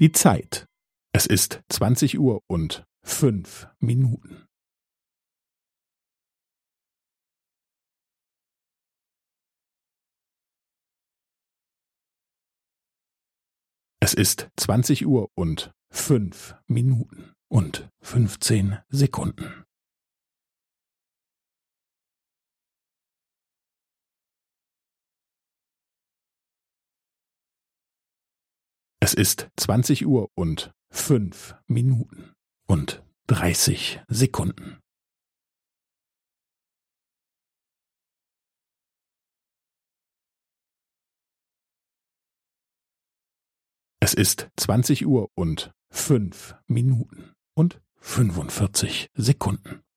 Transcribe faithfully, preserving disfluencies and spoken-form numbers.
Die Zeit. Es ist zwanzig Uhr und fünf Minuten. Es ist zwanzig Uhr und fünf Minuten und fünfzehn Sekunden. Es ist zwanzig Uhr und fünf Minuten und dreißig Sekunden. Es ist zwanzig Uhr und fünf Minuten und fünfundvierzig Sekunden.